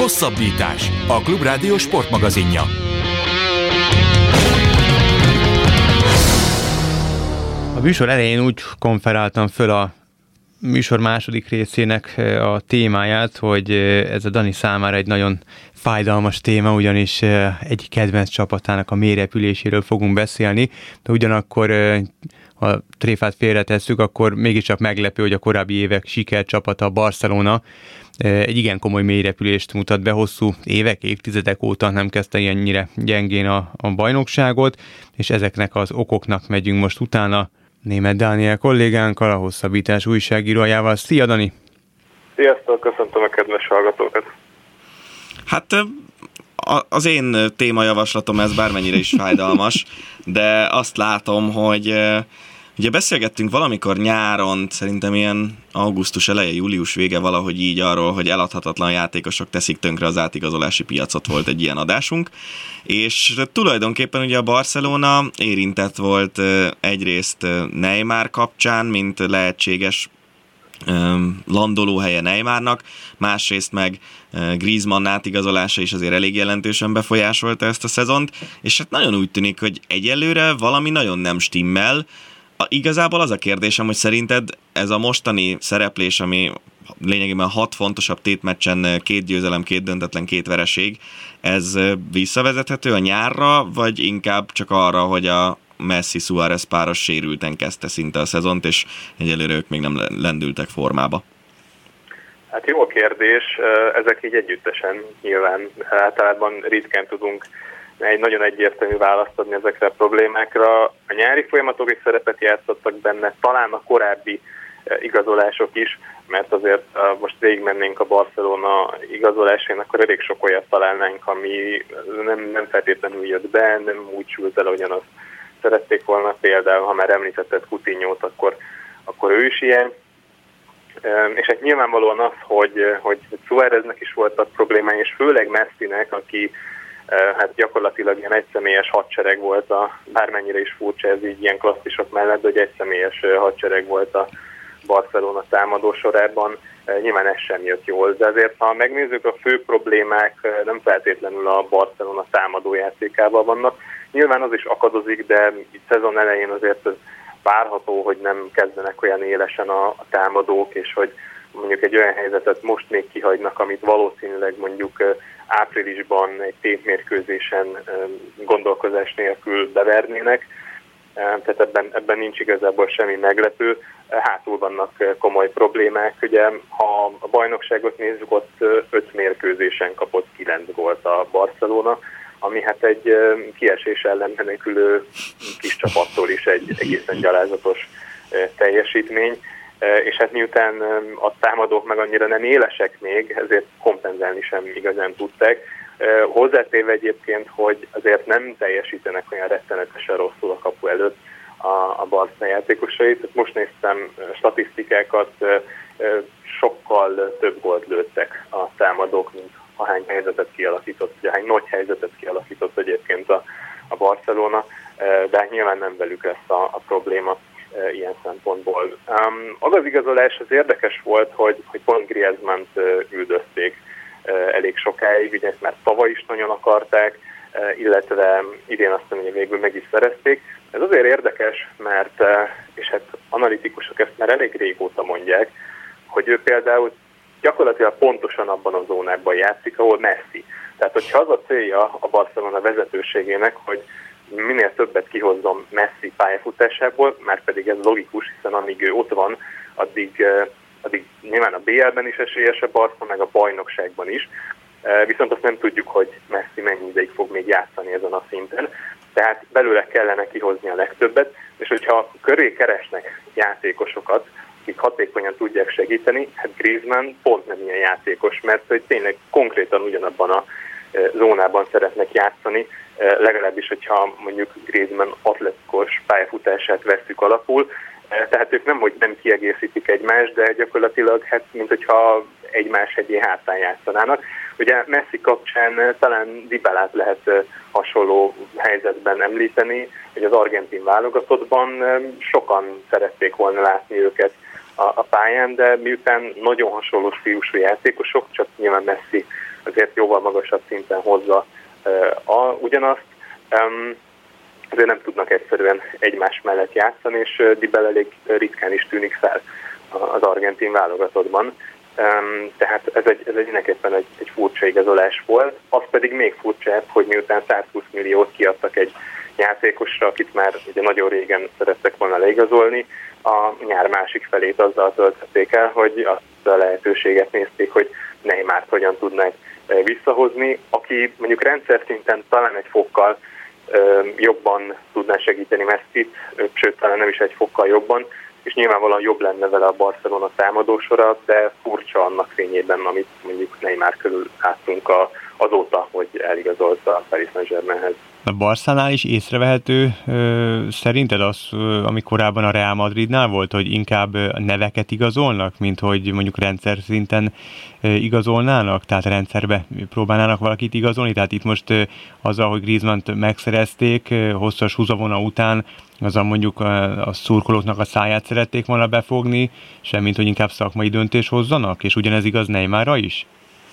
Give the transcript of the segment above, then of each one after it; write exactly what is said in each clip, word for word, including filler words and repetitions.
Hosszabbítás, a Klubrádió sportmagazinja. A műsor elején úgy konferáltam föl a műsor második részének a témáját, hogy ez a Dani számára egy nagyon fájdalmas téma, ugyanis egy kedvenc csapatának a mélyrepüléséről fogunk beszélni, de ugyanakkor, ha tréfát félretesszük, akkor mégiscsak meglepő, hogy a korábbi évek sikercsapata, a Barcelona egy igen komoly mélyrepülést mutat be, hosszú évek, évtizedek óta nem kezdte ilyennyire gyengén a, a bajnokságot, és ezeknek az okoknak megyünk most utána Németh Dániel kollégánkkal, a Hosszabbítás újságírójával. Szia, Dani! Sziasztok, köszöntöm a kedves hallgatókat! Hát az én témajavaslatom ez bármennyire is fájdalmas, de azt látom, hogy ugye beszélgettünk valamikor nyáron, szerintem ilyen augusztus eleje, július vége valahogy így arról, hogy eladhatatlan játékosok teszik tönkre az átigazolási piacot, volt egy ilyen adásunk, és tulajdonképpen ugye a Barcelona érintett volt egyrészt Neymar kapcsán, mint lehetséges landolóhelye Neymarnak, másrészt meg Griezmann átigazolása is azért elég jelentősen befolyásolta ezt a szezont, és hát nagyon úgy tűnik, hogy egyelőre valami nagyon nem stimmel. Igazából az a kérdésem, hogy szerinted ez a mostani szereplés, ami lényegében hat fontosabb tétmeccsen két győzelem, két döntetlen, két vereség, ez visszavezethető a nyárra, vagy inkább csak arra, hogy a Messi-Suárez páros sérülten kezdte szinte a szezont, és egyelőre ők még nem lendültek formába? Hát jó a kérdés, ezek így együttesen nyilván általában ritkán tudunk egy nagyon egyértelmű választ adni ezekre a problémákra. A nyári folyamatok is szerepet játszottak benne, talán a korábbi igazolások is, mert azért most végigmennénk a Barcelona igazolásán, akkor elég sok olyat találnánk, ami nem, nem feltétlenül jött be, nem úgy sült el, ahogyan azt szerették volna. Például, ha már említetted Coutinho-t, akkor, akkor ő is ilyen. És hát nyilvánvalóan az, hogy, hogy Suáreznek is voltak problémái, és főleg Messinek, aki hát gyakorlatilag ilyen egyszemélyes hadsereg volt, a, bármennyire is furcsa ez így ilyen klasszisok mellett, de hogy egyszemélyes hadsereg volt a Barcelona támadó sorában, nyilván ez sem jött jól. De azért, ha megnézzük, a fő problémák nem feltétlenül a Barcelona támadó játékával vannak. Nyilván az is akadozik, de itt szezon elején azért várható, hogy nem kezdenek olyan élesen a, a támadók, és hogy mondjuk egy olyan helyzetet most még kihagynak, amit valószínűleg mondjuk áprilisban egy tétmérkőzésen gondolkozás nélkül bevernének. Tehát ebben, ebben nincs igazából semmi meglepő. Hátul vannak komoly problémák. Ugye, ha a bajnokságot nézzük, ott öt mérkőzésen kapott kilenc gólt a Barcelona, ami hát egy kiesés ellen menekülő kis csapattól is egy egészen gyalázatos teljesítmény. És hát miután a támadók meg annyira nem élesek még, ezért kompenzálni sem igazán tudták. Hozzátéve egyébként, hogy azért nem teljesítenek olyan rettenetesen rosszul a kapu előtt a, a Barca játékosai. Tehát most néztem statisztikákat, sokkal több gólt lőttek a támadók, mint ahány helyzetet kialakított, vagy ahány nagy helyzetet kialakított egyébként a, a Barcelona, de hát nyilván nem velük lesz a, a probléma ilyen szempontból. Um, az az igazolás az érdekes volt, hogy, hogy pont Griezmannt uh, üldözték uh, elég sokáig, ugye már tavaly is nagyon akarták, uh, illetve idén azt mondja, hogy végül meg is szerezték. Ez azért érdekes, mert, uh, és hát analitikusok ezt már elég régóta mondják, hogy ő például gyakorlatilag pontosan abban a zónában játszik, ahol Messi. Tehát, hogyha az a célja a Barcelona vezetőségének, hogy minél többet kihozzom Messi pályafutásából, már pedig ez logikus, hiszen amíg ő ott van, addig, addig nyilván a bé el-ben is esélyes a Barca, meg a bajnokságban is. Viszont azt nem tudjuk, hogy Messi mennyi ideig fog még játszani ezen a szinten. Tehát belőle kellene kihozni a legtöbbet, és hogyha köré keresnek játékosokat, akik hatékonyan tudják segíteni, hát Griezmann pont nem ilyen játékos, mert hogy tényleg konkrétan ugyanabban a zónában szeretnek játszani, legalábbis, hogyha mondjuk Griezmann atletikus pályafutását vesszük alapul. Tehát ők nem, hogy nem kiegészítik egymást, de gyakorlatilag, hát, mint hogyha egymás egyé hátán játszanának. Ugye Messi kapcsán talán Dybalát lehet hasonló helyzetben említeni, hogy az argentin válogatottban sokan szerették volna látni őket a, a pályán, de miután nagyon hasonló stílusú játékosok, csak nyilván Messi azért jóval magasabb szinten hozza a, ugyanazt. Azért nem tudnak egyszerűen egymás mellett játszani, és Dybala elég ritkán is tűnik fel az argentin válogatottban. Tehát ez egy, ez egy mindenképpen egy, egy furcsa igazolás volt. Az pedig még furcsább, hogy miután százhúsz milliót kiadtak egy játékosra, akit már ugye nagyon régen szerettek volna leigazolni, a nyár másik felét azzal töltötték el, hogy azt a lehetőséget nézték, hogy Neymart hogyan tudnák visszahozni, aki mondjuk rendszer szinten talán egy fokkal jobban tudná segíteni Messit, sőt, talán nem is egy fokkal jobban, és nyilvánvalóan jobb lenne vele a Barcelona támadósora, de furcsa annak fényében, amit mondjuk Neymar körül láttunk a, azóta, hogy eligazolta a Paris Saint-Germainhez. A Barszánál is észrevehető ö, szerinted az, ö, ami korábban a Real Madridnál volt, hogy inkább neveket igazolnak, mint hogy mondjuk rendszer szinten ö, igazolnának, tehát rendszerbe próbálnának valakit igazolni, tehát itt most ö, azzal, hogy Griezmannt megszerezték ö, hosszas húzavona után, azzal mondjuk a, a szurkolóknak a száját szerették volna befogni, semmint, hogy inkább szakmai döntés hozzanak, és ugyanez igaz Neymarra is?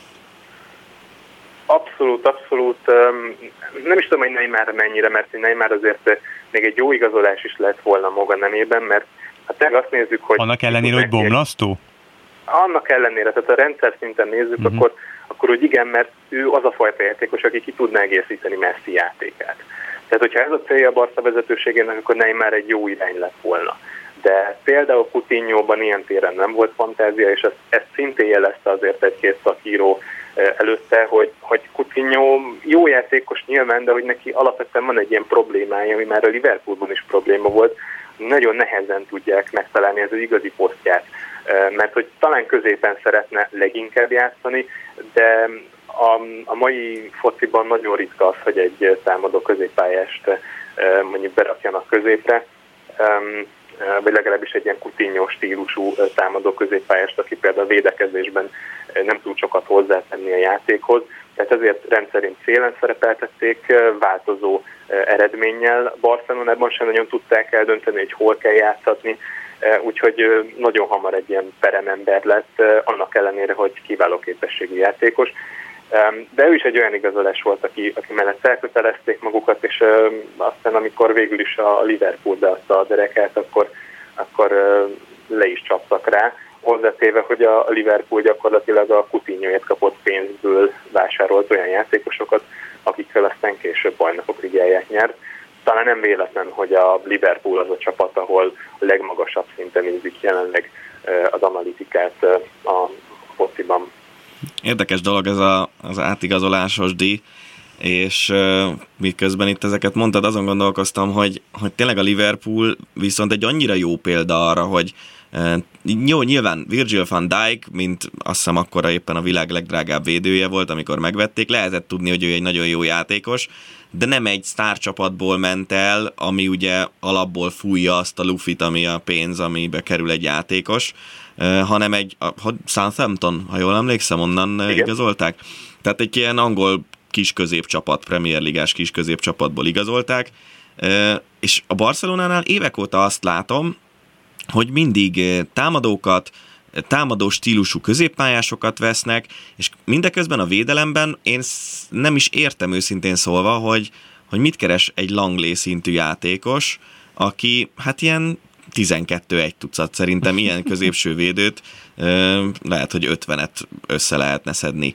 Abszolút, abszolút. Nem is tudom, hogy Neymar mennyire, mert Neymar azért még egy jó igazolás is lett volna maga nemében, mert hát tényleg azt nézzük, hogy... Annak ellenére, hogy bomlasztó? Annak ellenére, tehát a rendszer szinten nézzük, uh-huh. akkor, akkor úgy igen, mert ő az a fajta játékos, aki ki tudná egészíteni Messi játékát. Tehát, hogyha ez a célja a Barca vezetőségének, akkor Neymar egy jó irány lett volna. De például Coutinho-ban ilyen téren nem volt fantázia, és ezt, ezt szintén jelezte azért egy-két szakíró előtte, hogy, hogy Coutinho jó játékos nyilván, de hogy neki alapvetően van egy ilyen problémája, ami már a Liverpoolban is probléma volt, nagyon nehezen tudják megtalálni az igazi posztját, mert hogy talán középen szeretne leginkább játszani, de a, a mai fociban nagyon ritka az, hogy egy támadó középpályást mondjuk berakjanak középre, vagy legalábbis egy ilyen Coutinho stílusú támadó középpályást, aki például a védekezésben nem tud sokat hozzátenni a játékhoz. Tehát ezért rendszerint szélen szerepeltették, változó eredménnyel. Barcelonában sem nagyon tudták eldönteni, hogy hol kell játszatni, úgyhogy nagyon hamar egy ilyen peremember lett, annak ellenére, hogy kiváló képességű játékos. De ő is egy olyan igazolás volt, aki, aki mellett elkötelezték magukat, és aztán amikor végül is a Liverpool beadta a dereket, akkor, akkor le is csaptak rá. Hozzátéve, hogy a Liverpool gyakorlatilag a Coutinhoért kapott pénzből vásárolt olyan játékosokat, akikkel aztán később bajnokok ligáját nyert. Talán nem véletlen, hogy a Liverpool az a csapat, ahol a legmagasabb szinten nézik jelenleg az analitikát a fociban. Érdekes dolog ez a, az átigazolásos díj, és uh, miközben itt ezeket mondtad, azon gondolkoztam, hogy, hogy tényleg a Liverpool viszont egy annyira jó példa arra, hogy uh, jó, nyilván Virgil van Dijk, mint azt hiszem akkora éppen a világ legdrágább védője volt, amikor megvették, lehetett tudni, hogy ő egy nagyon jó játékos, de nem egy sztárcsapatból ment el, ami ugye alapból fújja azt a lufit, ami a pénz, amibe kerül egy játékos, uh, hanem egy a Southampton, ha jól emlékszem, onnan Igen. igazolták. Tehát egy ilyen angol kis középcsapat, Premier Ligás kis középcsapatból igazolták, uh, és a Barcelonánál évek óta azt látom, hogy mindig támadókat, támadó stílusú középpályásokat vesznek, és mindeközben a védelemben én nem is értem őszintén szólva, hogy, hogy mit keres egy Langley szintű játékos, aki hát ilyen tizenkettő egy tucat, szerintem ilyen középső védőt lehet, hogy ötvenet össze lehetne szedni.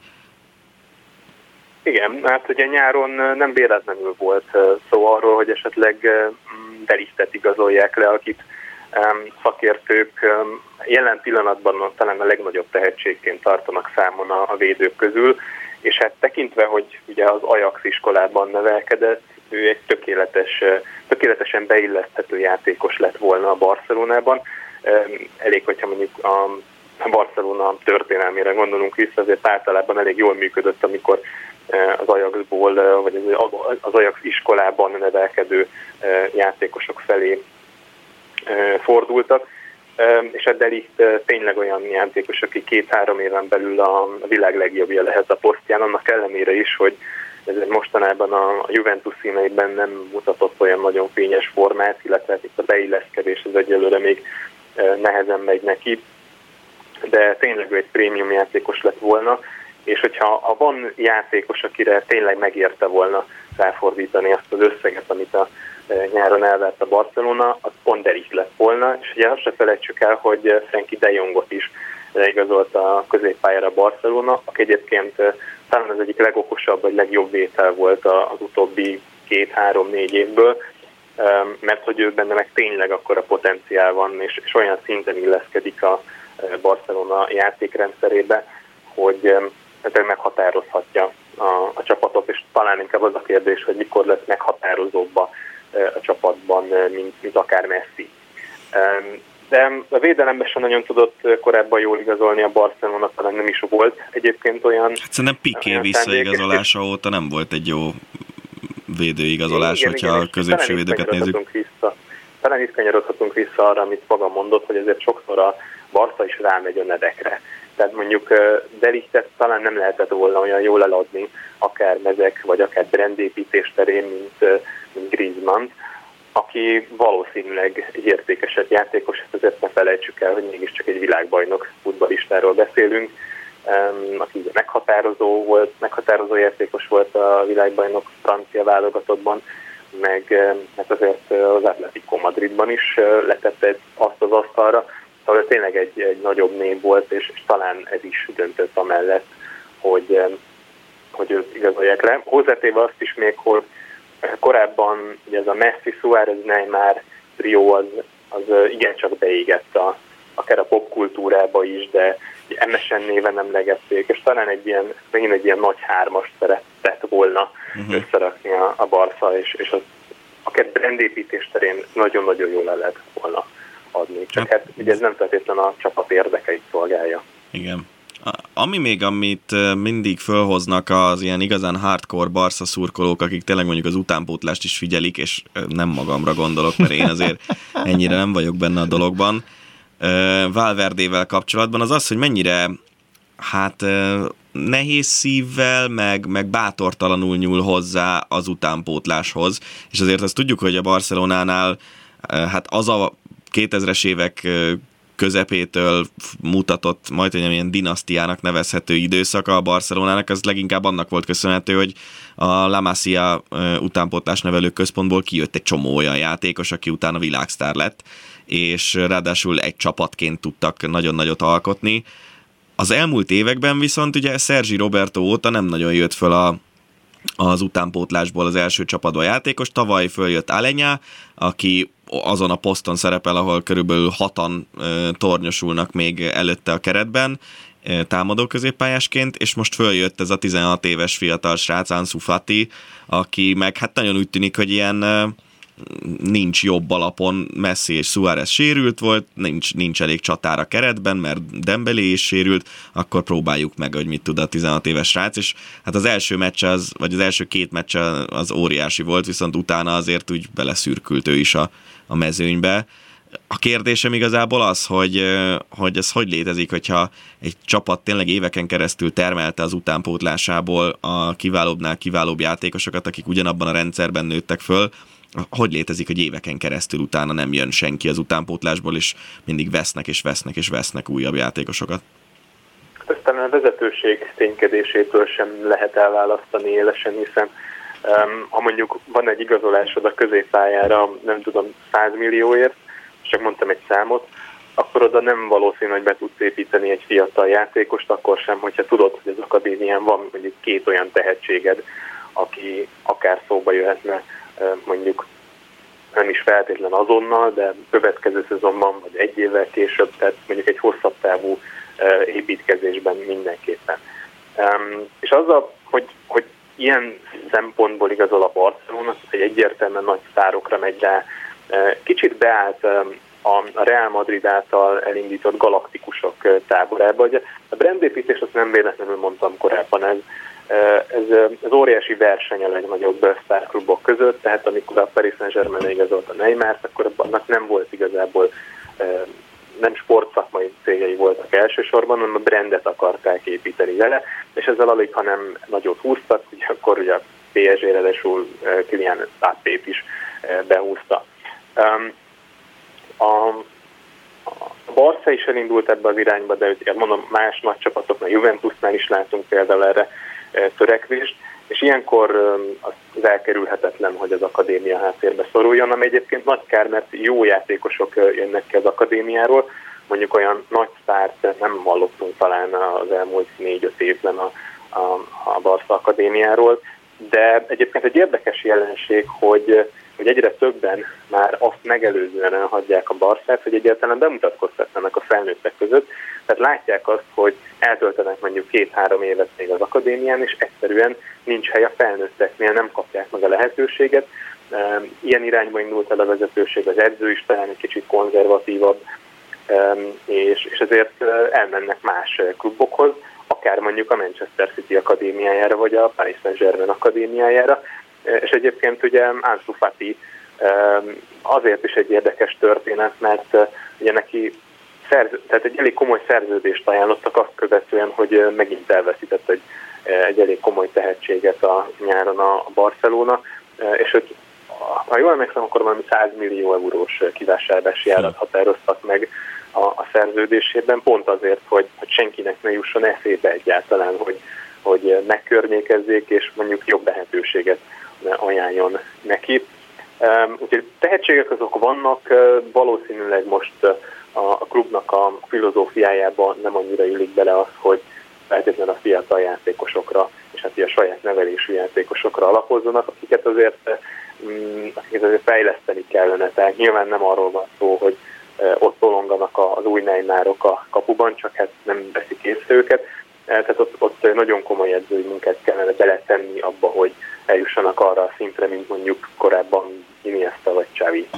Igen, hát ugye nyáron nem véletlenül volt szó arról, hogy esetleg Delichtet igazolják le, akit szakértők jelen pillanatban talán a legnagyobb tehetségként tartanak számon a védők közül, és hát tekintve, hogy ugye az Ajax iskolában nevelkedett, ő egy tökéletes, tökéletesen beilleszthető játékos lett volna a Barcelonában. Elég, hogyha mondjuk a Barcelona történelmére gondolunk vissza, azért általában elég jól működött, amikor az Ajaxból, vagy az Ajax iskolában nevelkedő játékosok felé fordultak, és a De Ligt tényleg olyan játékos, aki két-három éven belül a világ legjobbja lehet a posztján, annak ellenére is, hogy ez mostanában a Juventus színeiben nem mutatott olyan nagyon fényes formát, illetve itt a beilleszkedés az egyelőre még nehezen megy neki, de tényleg egy prémium játékos lett volna, és hogyha ha van játékos, akire tényleg megérte volna ráfordítani azt az összeget, amit a nyáron elvert a Barcelona, az pont De Ligt lett volna, és ugye azt se felejtsük el, hogy Frenkie de Jongot is leigazolt a középpályára a Barcelona, aki egyébként talán az egyik legokosabb vagy legjobb vétel volt az utóbbi két-három-négy évből, mert hogy ő benne meg tényleg akkora potenciál van, és, és olyan szinten illeszkedik a Barcelona játékrendszerébe, hogy meghatározhatja a, a csapatot, és talán inkább az a kérdés, hogy mikor lesz meghatározóbb a, a csapatban, mint, mint akár Messi. De a védelemben sem nagyon tudott korábban jól igazolni a Barcelona, talán nem is volt egyébként olyan... Hát szerintem Piqué visszaigazolása óta nem volt egy jó védőigazolás, igen, hogyha igen, a középső védőket nézzük. Vissza. Talán itt kanyarodhatunk vissza arra, amit maga mondott, hogy ezért sokszor a Barca is rámegy a nedekre. Tehát mondjuk De Lichtet talán nem lehetett volna olyan jól eladni, akár mezek, vagy akár brandépítés terén, mint, mint Griezmann, aki valószínűleg egy értékesebb játékos, ezt azért ne felejtsük el, hogy mégiscsak egy világbajnok futballistáról beszélünk, aki meghatározó volt, meghatározó játékos volt a világbajnok francia válogatottban, meg, meg azért az Atletico Madridban is letette azt az asztalra, szóval tényleg egy, egy nagyobb név volt, és, és talán ez is döntött amellett, hogy, hogy őt igazolják le. Hozzátéve azt is még, hogy korábban ugye ez a Messi, Suárez, Neymar trió az, az igencsak beégett a, akár a popkultúrába is, de em es en néven emlegették, és talán egy ilyen, megint egy ilyen nagy hármast szeretett volna uh-huh. összerakni a, a Barca, és, és az akár brandépítés terén nagyon-nagyon jól el lehet volna adni. Csak hát ugye ez nem feltétlenül a csapat érdekeit szolgálja. Igen. Ami még, amit mindig fölhoznak az ilyen igazán hardcore Barca szurkolók, akik tényleg mondjuk az utánpótlást is figyelik, és nem magamra gondolok, mert én azért ennyire nem vagyok benne a dologban, Valverdével kapcsolatban, az az, hogy mennyire hát nehéz szívvel, meg, meg bátortalanul nyúl hozzá az utánpótláshoz, és azért azt tudjuk, hogy a Barcelonánál hát az a kétezres évek közepétől mutatott, majdnem ilyen dinasztiának nevezhető időszaka a Barcelonának, az leginkább annak volt köszönhető, hogy a La Masia utánpótlás nevelő központból kijött egy csomó olyan játékos, aki utána világsztár lett, és ráadásul egy csapatként tudtak nagyon nagyot alkotni. Az elmúlt években viszont ugye Sergi Roberto óta nem nagyon jött föl a, az utánpótlásból az első csapatba játékos. Tavaly följött Aleñá, aki azon a poszton szerepel, ahol körülbelül hatan e, tornyosulnak még előtte a keretben, e, támadó középpályásként, és most följött ez a tizenhat éves fiatal srác, Ansu Fati, aki meg hát nagyon úgy tűnik, hogy ilyen e, nincs jobb alapon, Messi és Suárez sérült volt, nincs, nincs elég csatár a keretben, mert Dembélé is sérült, akkor próbáljuk meg, hogy mit tud a tizenhat éves srác, és hát az első meccs az, vagy az első két meccs az óriási volt, viszont utána azért úgy beleszürkült ő is a, a mezőnybe. A kérdésem igazából az, hogy, hogy ez hogy létezik, hogyha egy csapat tényleg éveken keresztül termelte az utánpótlásából a kiválóbbnál kiválóbb játékosokat, akik ugyanabban a rendszerben nőttek föl, hogy létezik, hogy éveken keresztül utána nem jön senki az utánpótlásból, és mindig vesznek és vesznek és vesznek újabb játékosokat? Aztán a vezetőség ténykedésétől sem lehet elválasztani élesen, hiszen um, ha mondjuk van egy igazolásod a középpályára, nem tudom, száz millióért, csak mondtam egy számot, akkor oda nem valószínű, hogy be tudsz építeni egy fiatal játékost, akkor sem, hogyha tudod, hogy az akadémián van mondjuk két olyan tehetséged, aki akár szóba jöhetne, mondjuk nem is feltétlen azonnal, de következő szezonban, vagy egy évvel később, tehát mondjuk egy hosszabb távú építkezésben mindenképpen. És azzal, hogy, hogy ilyen szempontból igazol a Barcelona, hogy egyértelműen nagy sztárokra megy rá, kicsit beállt a Real Madrid által elindított galaktikusok táborába. Ugye a brandépítés, azt nem véletlenül mondtam korábban, ez Ez, ez óriási verseny a legnagyobb sztárklubok között, tehát amikor a Paris Saint-Germain igazolt a Neymart, akkor annak nem volt igazából, nem sportszakmai céljai voltak elsősorban, hanem a brandet akarták építeni vele, és ezzel alig, ha nem nagyot húztak, ugye akkor ugye a pé es gé-re ráadásul Kylian Mbappét is behúzta. A, a Barca is elindult ebbe az irányba, de ugye mondom, más nagy csapatoknál, Juventusnál is látunk például erre törekvést, és ilyenkor az elkerülhetetlen, hogy az akadémia háttérbe szoruljon, ami egyébként nagy kár, mert jó játékosok jönnek ki az akadémiáról, mondjuk olyan nagy sztárt nem hallottunk talán az elmúlt négy-öt évben a, a, a Barca akadémiáról, de egyébként egy érdekes jelenség, hogy, hogy egyre többen már azt megelőzően elhagyják a Barcát, hogy egyáltalán bemutatkoztatnak a felnőttek között, tehát látják azt, hogy eltöltenek mondjuk két-három évet még az akadémián, és egyszerűen nincs hely a felnőtteknél, nem kapják meg a lehetőséget. Ilyen irányba indult el a vezetőség, az edző is talán egy kicsit konzervatívabb, és, és ezért elmennek más klubokhoz, akár mondjuk a Manchester City akadémiájára, vagy a Paris Saint-Germain akadémiájára, és egyébként ugye Ansu Fati azért is egy érdekes történet, mert ugye neki szerző, tehát egy elég komoly szerződést ajánlottak azt követően, hogy megint elveszített egy, egy elég komoly tehetséget a nyáron a Barcelona, és hogy ha jól emlékszem, akkor valami száz millió eurós kivásárlási árat határoztak meg a, a szerződésében, pont azért, hogy, hogy senkinek ne jusson eszébe egyáltalán, hogy, hogy megkörnyékezzék, és mondjuk jobb lehetőséget ajánljon neki. Úgyhogy tehetségek azok vannak, valószínűleg most a klubnak a filozófiájába nem annyira illik bele az, hogy feltétlenül a fiatal játékosokra, és hát a saját nevelésű játékosokra alapozzanak, akiket azért, akiket azért fejleszteni kellene. Tehát nyilván nem arról van szó, hogy ott tolonganak az új Neymarok a kapuban, csak hát nem veszik észre őket. Tehát ott, ott nagyon komoly edzői munkát kellene beletenni abba, hogy eljussanak arra a szintre, mint mondjuk korábban Iniesta vagy Xavi.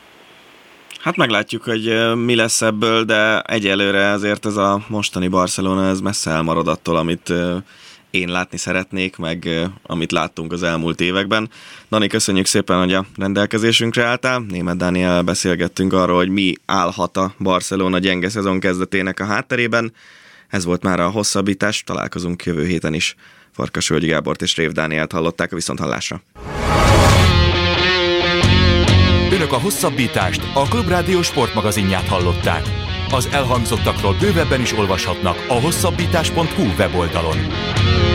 Hát meglátjuk, hogy mi lesz ebből, de egyelőre azért ez a mostani Barcelona ez messze elmarad attól, amit én látni szeretnék, meg amit láttunk az elmúlt években. Dani, köszönjük szépen, hogy a rendelkezésünkre álltál. Németh Dániellel beszélgettünk arról, hogy mi állhat a Barcelona gyenge szezon kezdetének a hátterében. Ez volt már a hosszabbítás, találkozunk jövő héten is. Farkasvölgyi Gábort és Rév Dánielt hallották, a viszonthallásra. Önök a hosszabbítást, a Klubrádió sportmagazinját hallották. Az elhangzottakról bővebben is olvashatnak a hosszabbítás pont hu weboldalon.